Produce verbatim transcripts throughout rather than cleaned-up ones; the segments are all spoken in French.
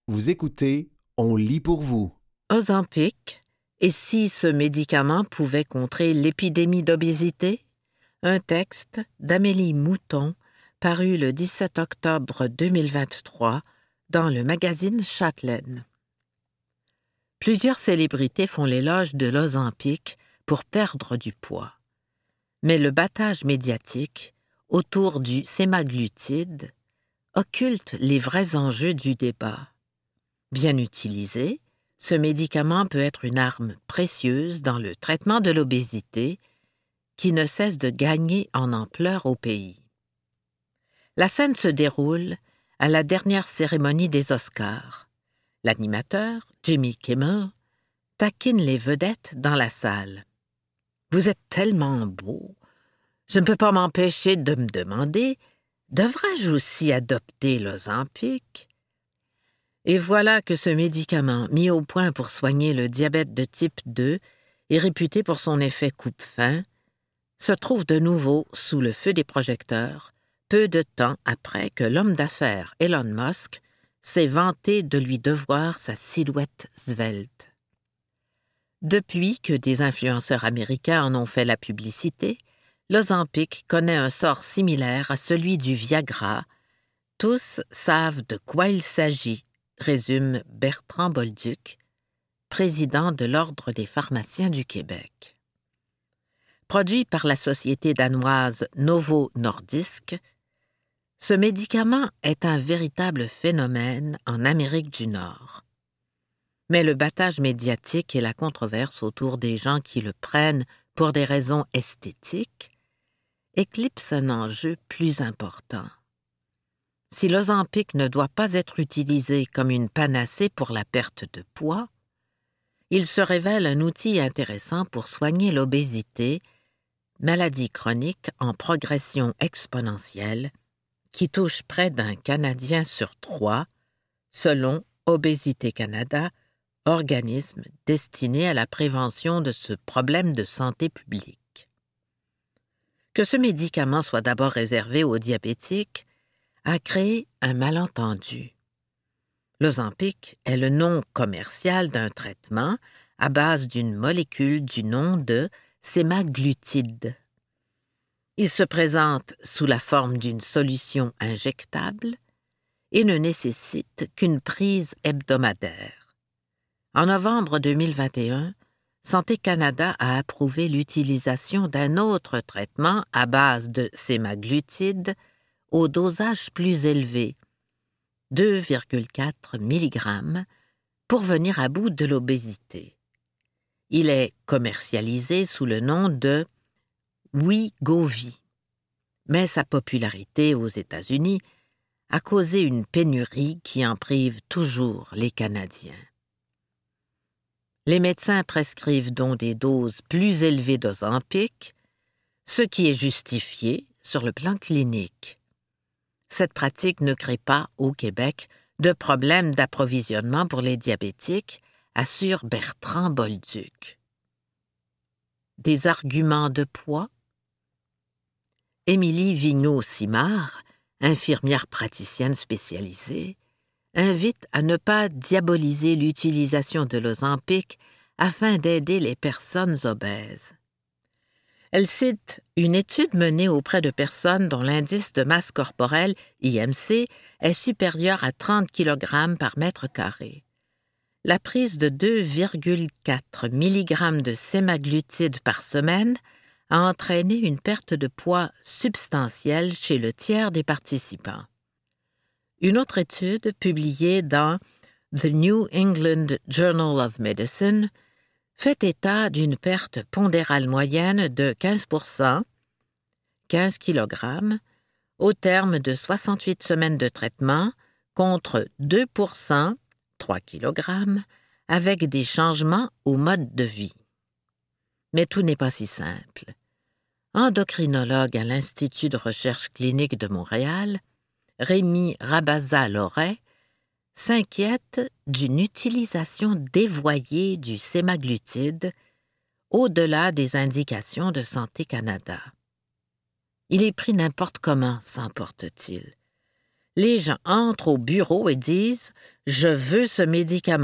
Vous écoutez, on lit pour vous. Ozempic, et si ce médicament pouvait contrer l'épidémie d'obésité? Un texte d'Amélie Mouton, paru le dix-sept octobre deux mille vingt-trois dans le magazine Châtelaine. Plusieurs célébrités font l'éloge de l'Ozempic pour perdre du poids. Mais le battage médiatique autour du sémaglutide occulte les vrais enjeux du débat. Bien utilisé, ce médicament peut être une arme précieuse dans le traitement de l'obésité qui ne cesse de gagner en ampleur au pays. La scène se déroule à la dernière cérémonie des Oscars. L'animateur, Jimmy Kimmel, taquine les vedettes dans la salle. « Vous êtes tellement beau, je ne peux pas m'empêcher de me demander, devrais-je aussi adopter l'Ozempic? » Et voilà que ce médicament, mis au point pour soigner le diabète de type deux et réputé pour son effet coupe-faim, se trouve de nouveau sous le feu des projecteurs, peu de temps après que l'homme d'affaires Elon Musk s'est vanté de lui devoir sa silhouette svelte. Depuis que des influenceurs américains en ont fait la publicité, l'Ozempic connaît un sort similaire à celui du Viagra. Tous savent de quoi il s'agit, résume Bertrand Bolduc, président de l'Ordre des pharmaciens du Québec. Produit par la société danoise Novo Nordisk, ce médicament est un véritable phénomène en Amérique du Nord. Mais le battage médiatique et la controverse autour des gens qui le prennent pour des raisons esthétiques éclipsent un enjeu plus important. Si l'Ozempic ne doit pas être utilisé comme une panacée pour la perte de poids, il se révèle un outil intéressant pour soigner l'obésité, maladie chronique en progression exponentielle qui touche près d'un Canadien sur trois, selon Obésité Canada, organisme destiné à la prévention de ce problème de santé publique. Que ce médicament soit d'abord réservé aux diabétiques a créé un malentendu. L'Ozempic est le nom commercial d'un traitement à base d'une molécule du nom de sémaglutide. Il se présente sous la forme d'une solution injectable et ne nécessite qu'une prise hebdomadaire. En novembre deux mille vingt et un, Santé Canada a approuvé l'utilisation d'un autre traitement à base de sémaglutide au dosage plus élevé, deux virgule quatre milligrammes, pour venir à bout de l'obésité. Il est commercialisé sous le nom de Wegovy, mais sa popularité aux États-Unis a causé une pénurie qui en prive toujours les Canadiens. Les médecins prescrivent donc des doses plus élevées d'Ozempic, ce qui est justifié sur le plan clinique. Cette pratique ne crée pas, au Québec, de problème d'approvisionnement pour les diabétiques, assure Bertrand Bolduc. Des arguments de poids? Émilie Vigneault-Simard, infirmière praticienne spécialisée, invite à ne pas diaboliser l'utilisation de l'Ozempic afin d'aider les personnes obèses. Elle cite une étude menée auprès de personnes dont l'indice de masse corporelle, I M C, est supérieur à trente kilogrammes par mètre carré. La prise de deux virgule quatre milligrammes de sémaglutide par semaine a entraîné une perte de poids substantielle chez le tiers des participants. Une autre étude, publiée dans The New England Journal of Medicine, fait état d'une perte pondérale moyenne de quinze pour cent, quinze kilogrammes, au terme de soixante-huit semaines de traitement, contre deux pour cent, trois kilogrammes, avec des changements au mode de vie. Mais tout n'est pas si simple. Endocrinologue à l'Institut de recherche clinique de Montréal, Rémi Rabaza-Loret s'inquiète d'une utilisation dévoyée du sémaglutide au-delà des indications de Santé Canada. Il est pris n'importe comment, s'emporte-t-il. Les gens entrent au bureau et disent « Je veux ce médicament-là ».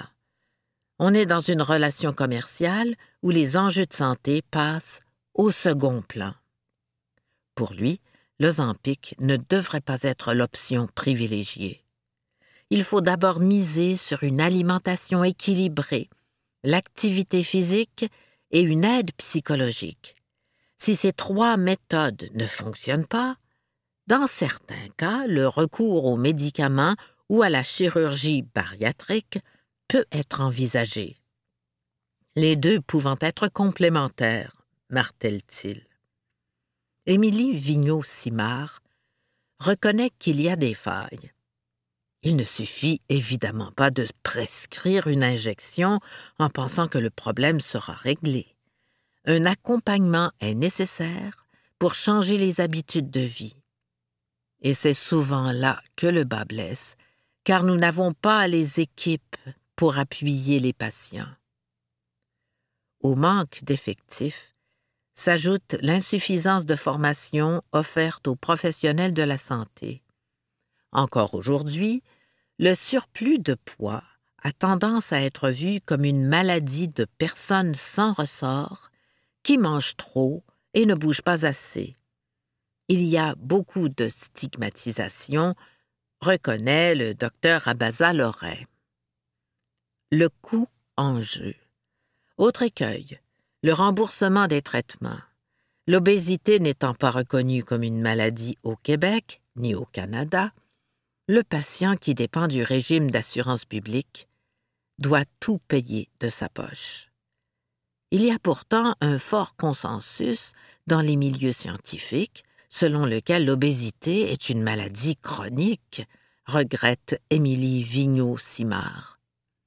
On est dans une relation commerciale où les enjeux de santé passent au second plan. Pour lui, l'Ozempic ne devrait pas être l'option privilégiée. Il faut d'abord miser sur une alimentation équilibrée, l'activité physique et une aide psychologique. Si ces trois méthodes ne fonctionnent pas, dans certains cas, le recours aux médicaments ou à la chirurgie bariatrique peut être envisagé. Les deux pouvant être complémentaires, martèle-t-il. Émilie Vigneault-Simard reconnaît qu'il y a des failles. Il ne suffit évidemment pas de prescrire une injection en pensant que le problème sera réglé. Un accompagnement est nécessaire pour changer les habitudes de vie. Et c'est souvent là que le bât blesse, car nous n'avons pas les équipes pour appuyer les patients. Au manque d'effectifs s'ajoute l'insuffisance de formation offerte aux professionnels de la santé. Encore aujourd'hui, le surplus de poids a tendance à être vu comme une maladie de personnes sans ressort qui mangent trop et ne bougent pas assez. Il y a beaucoup de stigmatisation, reconnaît le docteur Abaza-Loret. Le coût en jeu. Autre écueil, le remboursement des traitements. L'obésité n'étant pas reconnue comme une maladie au Québec ni au Canada, le patient qui dépend du régime d'assurance publique doit tout payer de sa poche. Il y a pourtant un fort consensus dans les milieux scientifiques selon lequel l'obésité est une maladie chronique, regrette Émilie Vigneault-Simard.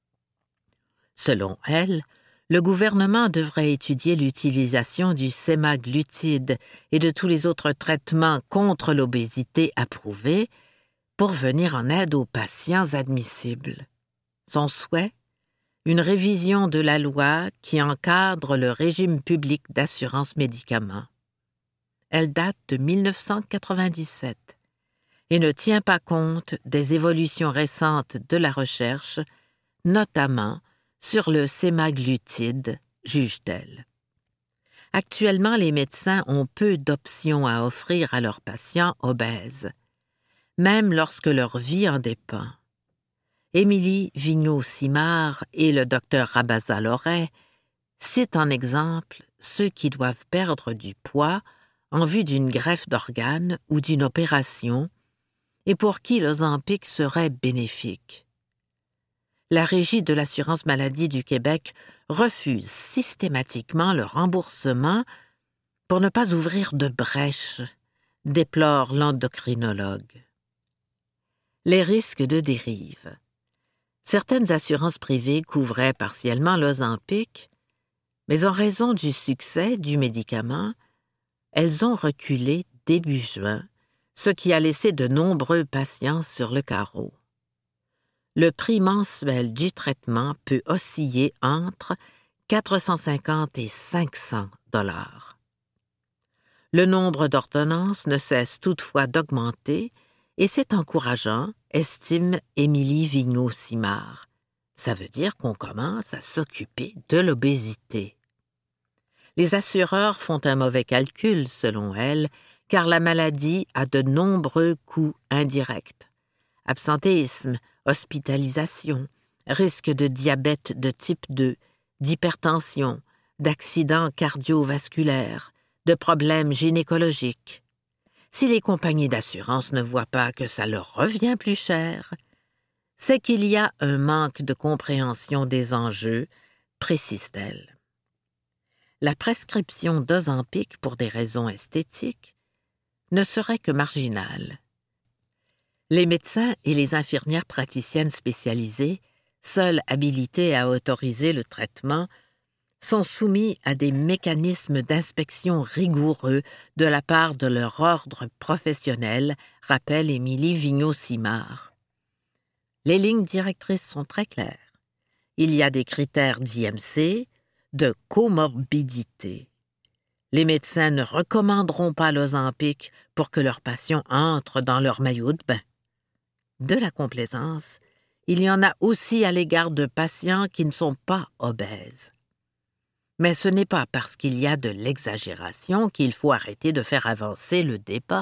Selon elle, le gouvernement devrait étudier l'utilisation du sémaglutide et de tous les autres traitements contre l'obésité approuvés pour venir en aide aux patients admissibles. Son souhait? Une révision de la loi qui encadre le régime public d'assurance médicaments. Elle date de mille neuf cent quatre-vingt-dix-sept et ne tient pas compte des évolutions récentes de la recherche, notamment sur le sémaglutide, juge-t-elle. Actuellement, les médecins ont peu d'options à offrir à leurs patients obèses, même lorsque leur vie en dépend. Émilie Vigneault-Simard et le docteur Abaza-Loret citent en exemple ceux qui doivent perdre du poids en vue d'une greffe d'organes ou d'une opération et pour qui l'Ozempic serait bénéfique. La Régie de l'assurance maladie du Québec refuse systématiquement le remboursement pour ne pas ouvrir de brèche, déplore l'endocrinologue. Les risques de dérive. Certaines assurances privées couvraient partiellement l'Ozempic, mais en raison du succès du médicament, elles ont reculé début juin, ce qui a laissé de nombreux patients sur le carreau. Le prix mensuel du traitement peut osciller entre quatre cent cinquante et cinq cents dollars. Le nombre d'ordonnances ne cesse toutefois d'augmenter et c'est encourageant, estime Émilie Vigneault-Simard. Ça veut dire qu'on commence à s'occuper de l'obésité. Les assureurs font un mauvais calcul, selon elle, car la maladie a de nombreux coûts indirects. Absentéisme, hospitalisation, risque de diabète de type deux, d'hypertension, d'accidents cardiovasculaires, de problèmes gynécologiques. Si les compagnies d'assurance ne voient pas que ça leur revient plus cher, c'est qu'il y a un manque de compréhension des enjeux, précise-t-elle. La prescription d'Ozempic pour des raisons esthétiques ne serait que marginale. Les médecins et les infirmières praticiennes spécialisées, seules habilitées à autoriser le traitement, sont soumis à des mécanismes d'inspection rigoureux de la part de leur ordre professionnel, rappelle Émilie Vigneault-Simard. Les lignes directrices sont très claires. Il y a des critères d'I M C, de comorbidité. Les médecins ne recommanderont pas l'Ozempic pour que leurs patients entrent dans leur maillot de bain. de la complaisance, il y en a aussi à l'égard de patients qui ne sont pas obèses. Mais ce n'est pas parce qu'il y a de l'exagération qu'il faut arrêter de faire avancer le débat.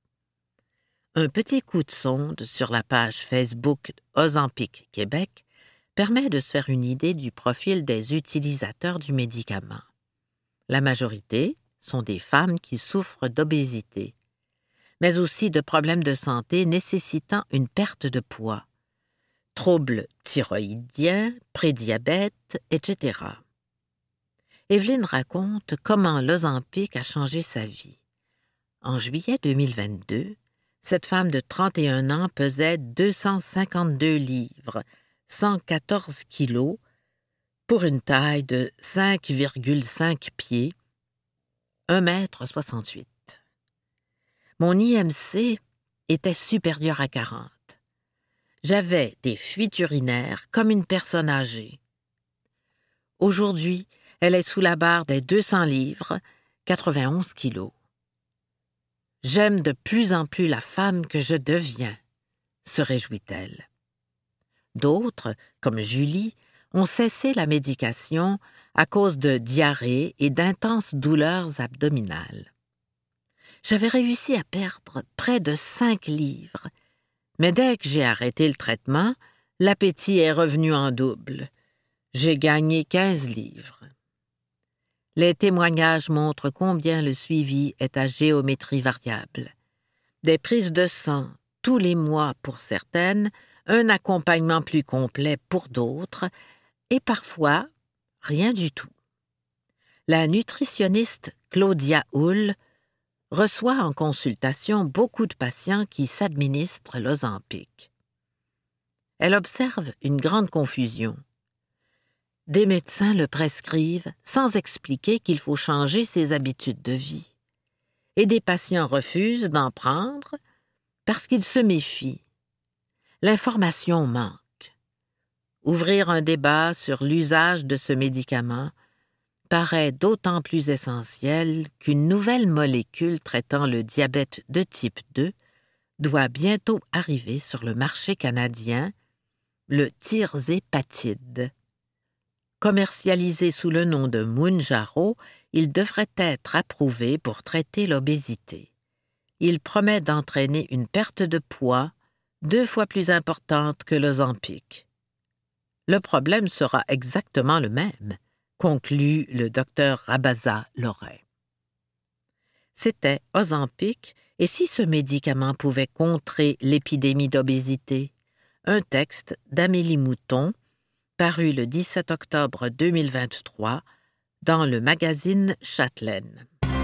Un petit coup de sonde sur la page Facebook Ozempic Québec permet de se faire une idée du profil des utilisateurs du médicament. La majorité sont des femmes qui souffrent d'obésité, mais aussi de problèmes de santé nécessitant une perte de poids, troubles thyroïdiens, prédiabète, et cetera. Evelyne raconte comment l'Ozempic a changé sa vie. En juillet deux mille vingt-deux, cette femme de trente et un ans pesait deux cent cinquante-deux livres, cent quatorze kilos, pour une taille de cinq virgule cinq pieds, un mètre soixante-huit. Mon I M C était supérieur à quarante. J'avais des fuites urinaires comme une personne âgée. Aujourd'hui, elle est sous la barre des deux cents livres, quatre-vingt-onze kilos. J'aime de plus en plus la femme que je deviens, se réjouit-elle. D'autres, comme Julie, ont cessé la médication à cause de diarrhées et d'intenses douleurs abdominales. J'avais réussi à perdre près de cinq livres, mais dès que j'ai arrêté le traitement, l'appétit est revenu en double. J'ai gagné quinze livres. Les témoignages montrent combien le suivi est à géométrie variable. Des prises de sang tous les mois pour certaines, un accompagnement plus complet pour d'autres, et parfois rien du tout. La nutritionniste Claudia Hull reçoit en consultation beaucoup de patients qui s'administrent l'Ozempic. Elle observe une grande confusion. Des médecins le prescrivent sans expliquer qu'il faut changer ses habitudes de vie. Et des patients refusent d'en prendre parce qu'ils se méfient. L'information manque. Ouvrir un débat sur l'usage de ce médicament paraît d'autant plus essentiel qu'une nouvelle molécule traitant le diabète de type deux doit bientôt arriver sur le marché canadien, le tirzépatide. Commercialisé sous le nom de Mounjaro, il devrait être approuvé pour traiter l'obésité. Il promet d'entraîner une perte de poids deux fois plus importante que l'Ozempic. Le problème sera exactement le même, conclut le docteur Rabaza Loret. C'était Ozempic, et si ce médicament pouvait contrer l'épidémie d'obésité? Un texte d'Amélie Mouton, paru le dix-sept octobre deux mille vingt-trois dans le magazine Châtelaine.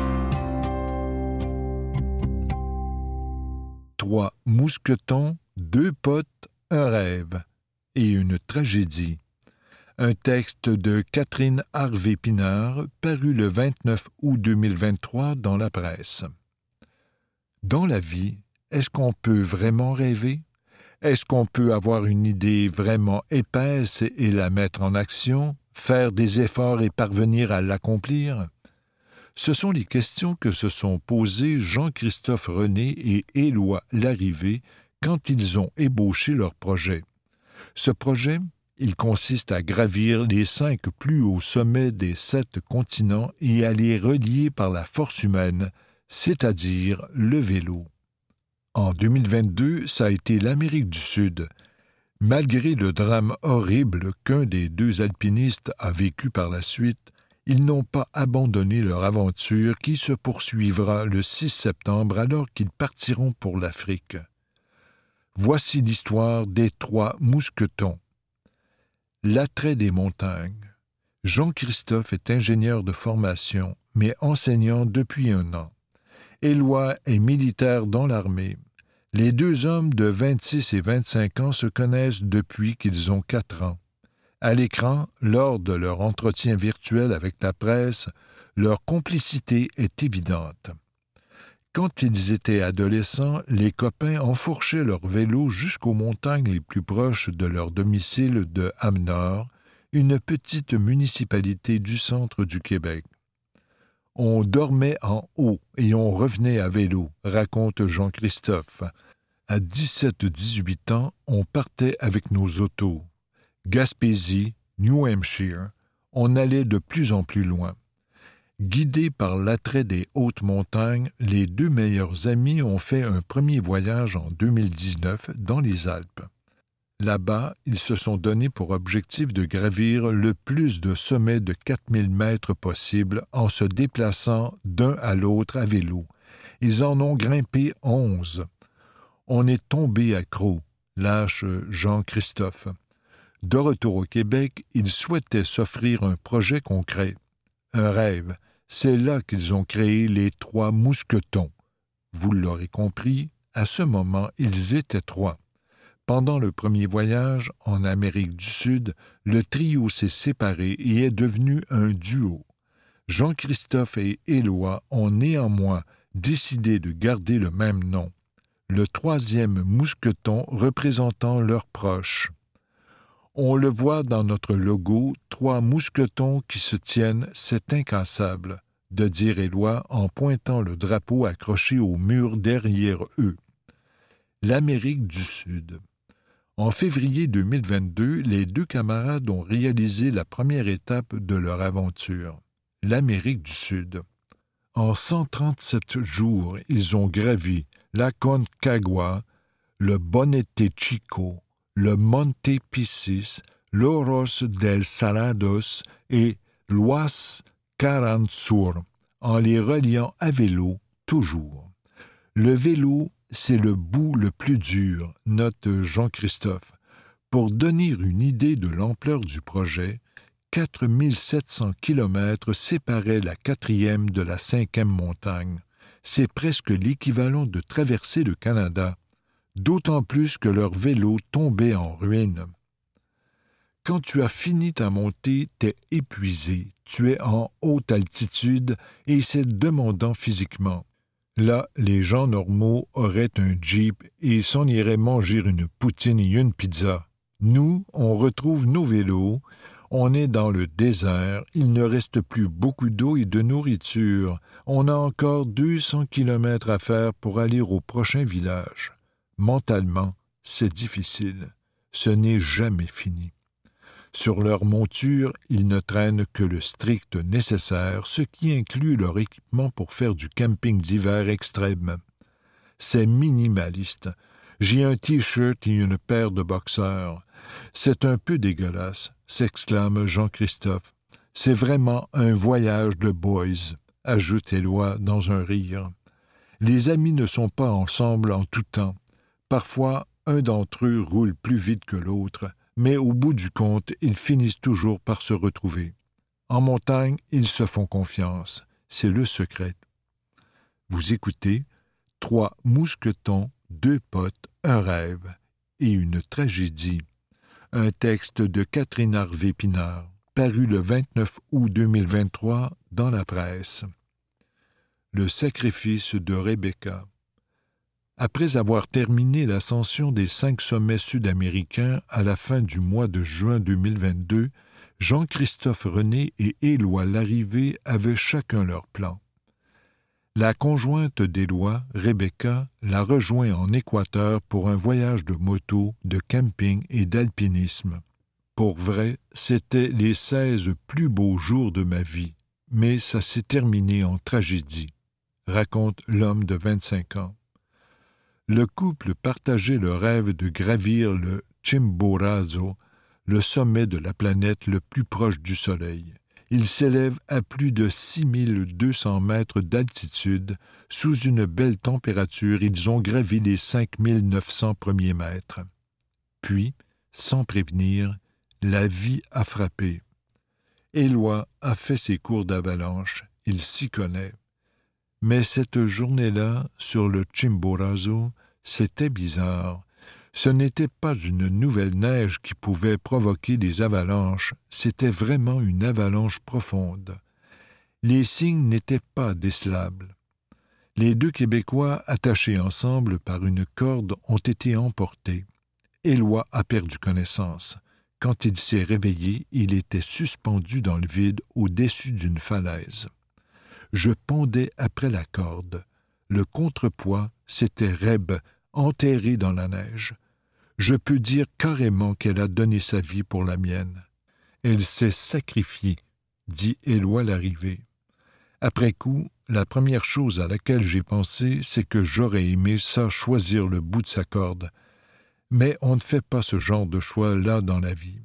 Trois mousquetons, deux potes, un rêve et une tragédie. Un texte de Catherine Harvey-Pinard, paru le vingt-neuf août deux mille vingt-trois dans la presse. Dans la vie, est-ce qu'on peut vraiment rêver? Est-ce qu'on peut avoir une idée vraiment épaisse et la mettre en action, faire des efforts et parvenir à l'accomplir? Ce sont les questions que se sont posées Jean-Christophe René et Éloi Larrivée quand ils ont ébauché leur projet. Ce projet, il consiste à gravir les cinq plus hauts sommets des sept continents et à les relier par la force humaine, c'est-à-dire le vélo. En deux mille vingt-deux, ça a été l'Amérique du Sud. Malgré le drame horrible qu'un des deux alpinistes a vécu par la suite, ils n'ont pas abandonné leur aventure qui se poursuivra le six septembre alors qu'ils partiront pour l'Afrique. Voici l'histoire des trois mousquetons. L'attrait des montagnes. Jean-Christophe est ingénieur de formation, mais enseignant depuis un an. Éloi est militaire dans l'armée. Les deux hommes de vingt-six et vingt-cinq ans se connaissent depuis qu'ils ont quatre ans. À l'écran, lors de leur entretien virtuel avec la presse, leur complicité est évidente. Quand ils étaient adolescents, les copains enfourchaient leur vélo jusqu'aux montagnes les plus proches de leur domicile de Ham-Nord, une petite municipalité du centre du Québec. On dormait en haut et on revenait à vélo, raconte Jean-Christophe. À dix-sept dix-huit ans, on partait avec nos autos. Gaspésie, New Hampshire, on allait de plus en plus loin. Guidés par l'attrait des hautes montagnes, les deux meilleurs amis ont fait un premier voyage en deux mille dix-neuf dans les Alpes. Là-bas, ils se sont donné pour objectif de gravir le plus de sommets de quatre mille mètres possible en se déplaçant d'un à l'autre à vélo. Ils en ont grimpé onze. On est tombé accro, lâche Jean-Christophe. De retour au Québec, ils souhaitaient s'offrir un projet concret, un rêve. C'est là qu'ils ont créé les Trois Mousquetons. Vous l'aurez compris, à ce moment, ils étaient trois. Pendant le premier voyage, en Amérique du Sud, le trio s'est séparé et est devenu un duo. Jean-Christophe et Éloi ont néanmoins décidé de garder le même nom, le troisième mousqueton représentant leurs proches. On le voit dans notre logo, trois mousquetons qui se tiennent, c'est incassable, de dire Éloi en pointant le drapeau accroché au mur derrière eux. L'Amérique du Sud. En février deux mille vingt-deux, les deux camarades ont réalisé la première étape de leur aventure, l'Amérique du Sud. En cent trente-sept jours, ils ont gravi l'Aconcagua, le Bonete Chico, le Monte Piscis, l'Oros del Salados et l'Oas Caranzur, en les reliant à vélo toujours. Le vélo, c'est le bout le plus dur, note Jean-Christophe. Pour donner une idée de l'ampleur du projet, quatre mille sept cents kilomètres séparaient la quatrième de la cinquième montagne. C'est presque l'équivalent de traverser le Canada, d'autant plus que leur vélo tombait en ruine. Quand tu as fini ta montée, t'es épuisé, tu es en haute altitude et c'est demandant physiquement. Là, les gens normaux auraient un Jeep et s'en iraient manger une poutine et une pizza. Nous, on retrouve nos vélos, on est dans le désert, il ne reste plus beaucoup d'eau et de nourriture. On a encore deux cents kilomètres à faire pour aller au prochain village. Mentalement, c'est difficile. Ce n'est jamais fini. Sur leur monture, ils ne traînent que le strict nécessaire, ce qui inclut leur équipement pour faire du camping d'hiver extrême. C'est minimaliste. J'ai un T-shirt et une paire de boxeurs. C'est un peu dégueulasse, s'exclame Jean-Christophe. C'est vraiment un voyage de boys, ajoute Éloi dans un rire. Les amis ne sont pas ensemble en tout temps. Parfois, un d'entre eux roule plus vite que l'autre, mais au bout du compte, ils finissent toujours par se retrouver. En montagne, ils se font confiance. C'est le secret. Vous écoutez Trois mousquetons, deux potes, un rêve et une tragédie. Un texte de Catherine Harvey-Pinard, paru le vingt-neuf août deux mille vingt-trois dans la presse. Le sacrifice de Rebecca. Après avoir terminé l'ascension des cinq sommets sud-américains à la fin du mois de juin deux mille vingt-deux, Jean-Christophe René et Éloi Larrivée avaient chacun leur plan. La conjointe d'Éloi, Rebecca, la rejoint en Équateur pour un voyage de moto, de camping et d'alpinisme. Pour vrai, c'étaient les seize plus beaux jours de ma vie, mais ça s'est terminé en tragédie, raconte l'homme de vingt-cinq ans. Le couple partageait le rêve de gravir le Chimborazo, le sommet de la planète le plus proche du Soleil. Il s'élève à plus de six mille deux cents mètres d'altitude. Sous une belle température, ils ont gravi les cinq mille neuf cents premiers mètres. Puis, sans prévenir, la vie a frappé. Éloi a fait ses cours d'avalanche, il s'y connaît. Mais cette journée-là, sur le Chimborazo, c'était bizarre. Ce n'était pas une nouvelle neige qui pouvait provoquer des avalanches, c'était vraiment une avalanche profonde. Les signes n'étaient pas décelables. Les deux Québécois, attachés ensemble par une corde, ont été emportés. Éloi a perdu connaissance. Quand il s'est réveillé, il était suspendu dans le vide au-dessus d'une falaise. Je pondais après la corde. Le contrepoids, c'était Reb enterrée dans la neige. Je peux dire carrément qu'elle a donné sa vie pour la mienne. Elle s'est sacrifiée, dit Éloi Larrivée. Après coup, la première chose à laquelle j'ai pensé, c'est que j'aurais aimé ça choisir le bout de sa corde. Mais on ne fait pas ce genre de choix-là dans la vie.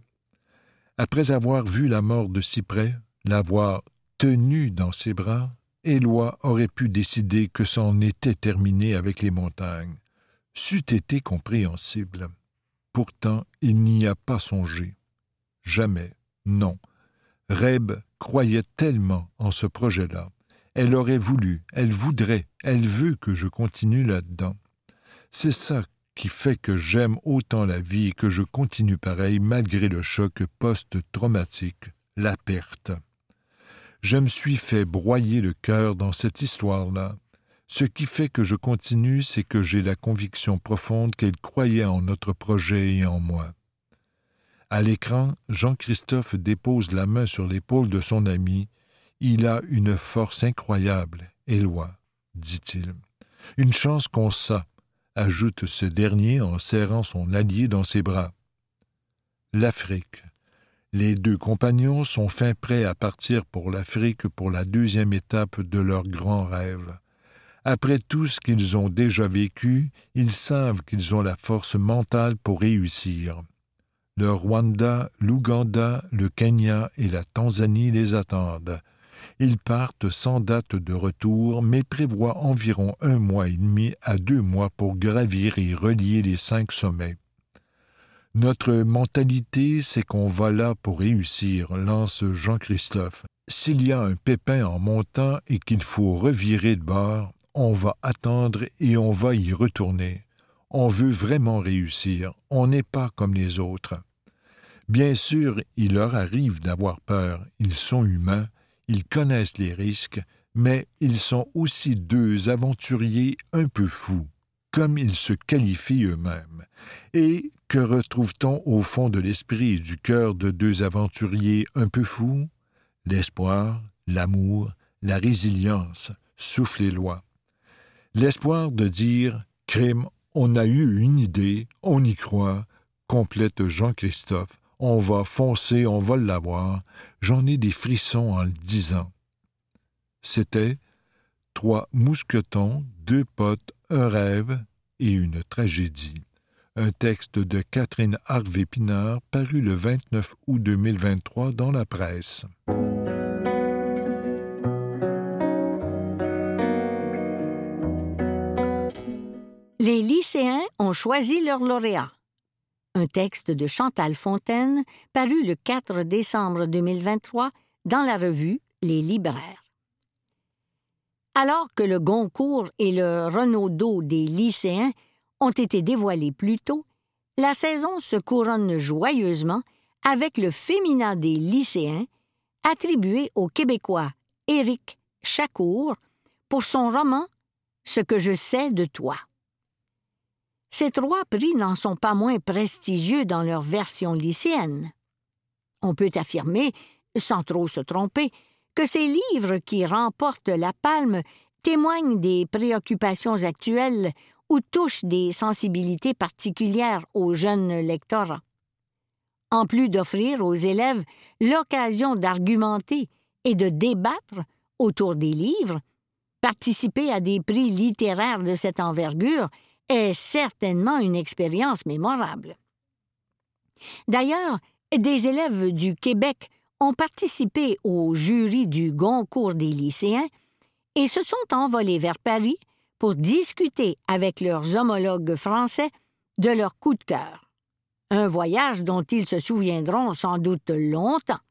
Après avoir vu la mort de si près, l'avoir tenue dans ses bras, Éloi aurait pu décider que c'en était terminé avec les montagnes. C'eût été compréhensible. Pourtant, il n'y a pas songé. Jamais, non. Reb croyait tellement en ce projet-là. Elle aurait voulu, elle voudrait, elle veut que je continue là-dedans. C'est ça qui fait que j'aime autant la vie et que je continue pareil malgré le choc post-traumatique, la perte. Je me suis fait broyer le cœur dans cette histoire-là. Ce qui fait que je continue, c'est que j'ai la conviction profonde qu'elle croyait en notre projet et en moi. À l'écran, Jean-Christophe dépose la main sur l'épaule de son ami. Il a une force incroyable, Éloi, dit-il. Une chance qu'on s'a, ajoute ce dernier en serrant son allié dans ses bras. L'Afrique. Les deux compagnons sont fin prêts à partir pour l'Afrique pour la deuxième étape de leur grand rêve. Après tout ce qu'ils ont déjà vécu, ils savent qu'ils ont la force mentale pour réussir. Le Rwanda, l'Ouganda, le Kenya et la Tanzanie les attendent. Ils partent sans date de retour, mais prévoient environ un mois et demi à deux mois pour gravir et relier les cinq sommets. Notre mentalité, c'est qu'on va là pour réussir, lance Jean-Christophe. S'il y a un pépin en montant et qu'il faut revirer de bord, on va attendre et on va y retourner. On veut vraiment réussir, on n'est pas comme les autres. Bien sûr, il leur arrive d'avoir peur, ils sont humains, ils connaissent les risques, mais ils sont aussi deux aventuriers un peu fous, comme ils se qualifient eux-mêmes. Et que retrouve-t-on au fond de l'esprit et du cœur de deux aventuriers un peu fous? L'espoir, l'amour, la résilience, souffle Éloi. L'espoir de dire « crime, on a eu une idée, on y croit », complète Jean-Christophe. On va foncer, on va l'avoir. J'en ai des frissons en le disant. C'était Trois mousquetons, deux potes, un rêve et une tragédie. Un texte de Catherine Harvey-Pinard paru le vingt-neuf août deux mille vingt-trois dans la presse. Les lycéens ont choisi leur lauréat. Un texte de Chantal Fontaine paru le quatre décembre deux mille vingt-trois dans la revue Les Libraires. Alors que le Goncourt et le Renaudot des lycéens ont été dévoilés plus tôt, la saison se couronne joyeusement avec le Féminin des lycéens attribué au Québécois Éric Chacour pour son roman « Ce que je sais de toi ». Ces trois prix n'en sont pas moins prestigieux dans leur version lycéenne. On peut affirmer, sans trop se tromper, que ces livres qui remportent la palme témoignent des préoccupations actuelles ou touchent des sensibilités particulières aux jeunes lectorats. En plus d'offrir aux élèves l'occasion d'argumenter et de débattre autour des livres, participer à des prix littéraires de cette envergure est certainement une expérience mémorable. D'ailleurs, des élèves du Québec ont participé au jury du Goncourt des lycéens et se sont envolés vers Paris pour discuter avec leurs homologues français de leur coup de cœur. Un voyage dont ils se souviendront sans doute longtemps.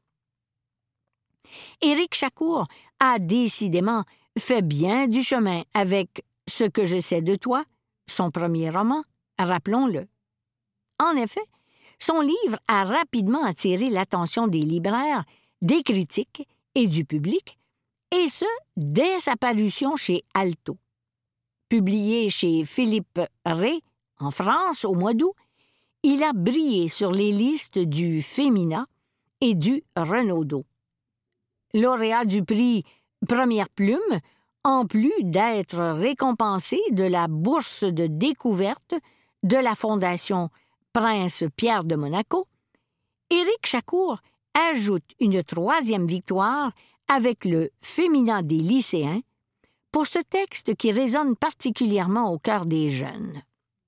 Éric Chacour a décidément fait bien du chemin avec « Ce que je sais de toi », son premier roman, rappelons-le. En effet, son livre a rapidement attiré l'attention des libraires, des critiques et du public, et ce, dès sa parution chez Alto. Publié chez Philippe Ray, en France, au mois d'août, il a brillé sur les listes du Féminin et du Renaudot. Lauréat du prix Première Plume en plus d'être récompensé de la bourse de découverte de la Fondation Prince Pierre de Monaco, Éric Chacour ajoute une troisième victoire avec le Féminin des lycéens pour ce texte qui résonne particulièrement au cœur des jeunes.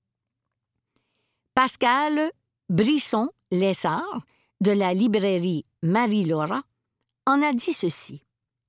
Pascal Brisson-Lessard, de la librairie Marie-Laura, en a dit ceci.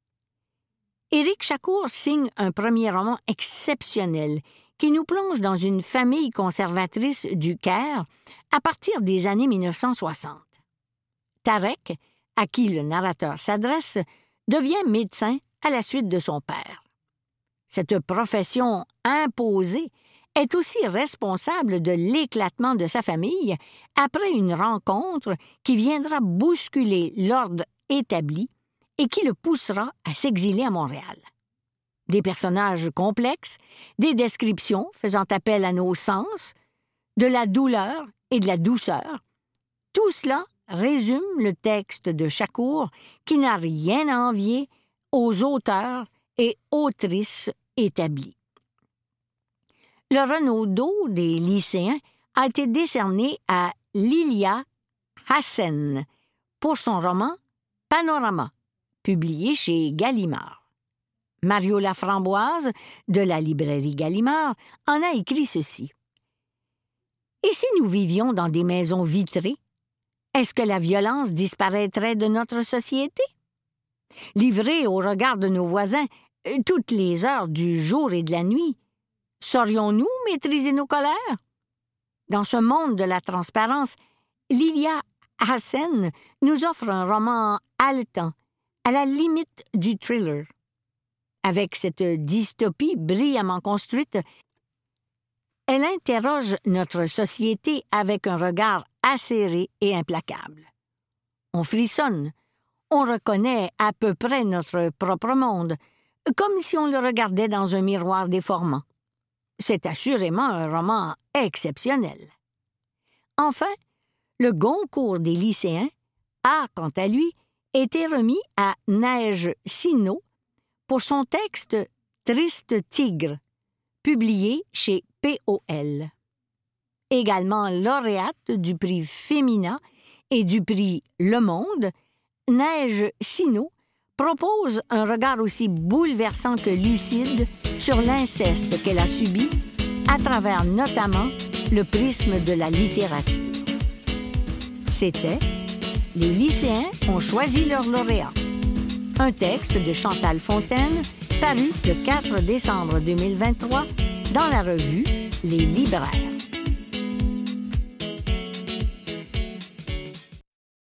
Éric Chacour signe un premier roman exceptionnel qui nous plonge dans une famille conservatrice du Caire à partir des années mille neuf cent soixante. Tarek, à qui le narrateur s'adresse, devient médecin à la suite de son père. Cette profession imposée est aussi responsable de l'éclatement de sa famille après une rencontre qui viendra bousculer l'ordre établi et qui le poussera à s'exiler à Montréal. Des personnages complexes, des descriptions faisant appel à nos sens, de la douleur et de la douceur, tout cela résume le texte de Chacour qui n'a rien à envier aux auteurs et autrices établis. Le Renaudot des lycéens a été décerné à Lilia Hassen pour son roman Panorama, publié chez Gallimard. Mario Laframboise, de la librairie Gallimard, en a écrit ceci. « Et si nous vivions dans des maisons vitrées, est-ce que la violence disparaîtrait de notre société? Livrés au regard de nos voisins toutes les heures du jour et de la nuit, saurions-nous maîtriser nos colères? Dans ce monde de la transparence, Lilia Hassen nous offre un roman haletant, à la limite du thriller. Avec cette dystopie brillamment construite, elle interroge notre société avec un regard acéré et implacable. On frissonne, on reconnaît à peu près notre propre monde, comme si on le regardait dans un miroir déformant. C'est assurément un roman exceptionnel. Enfin, le Goncourt des lycéens a, quant à lui, été remis à Neige Sinault pour son texte « Triste tigre », publié chez P O L. Également lauréate du prix Féminin et du prix Le Monde, Neige Sinault propose un regard aussi bouleversant que lucide sur l'inceste qu'elle a subi à travers notamment le prisme de la littérature. C'était « Les lycéens ont choisi leur lauréat », un texte de Chantal Fontaine paru le quatre décembre deux mille vingt-trois dans la revue Les Libraires.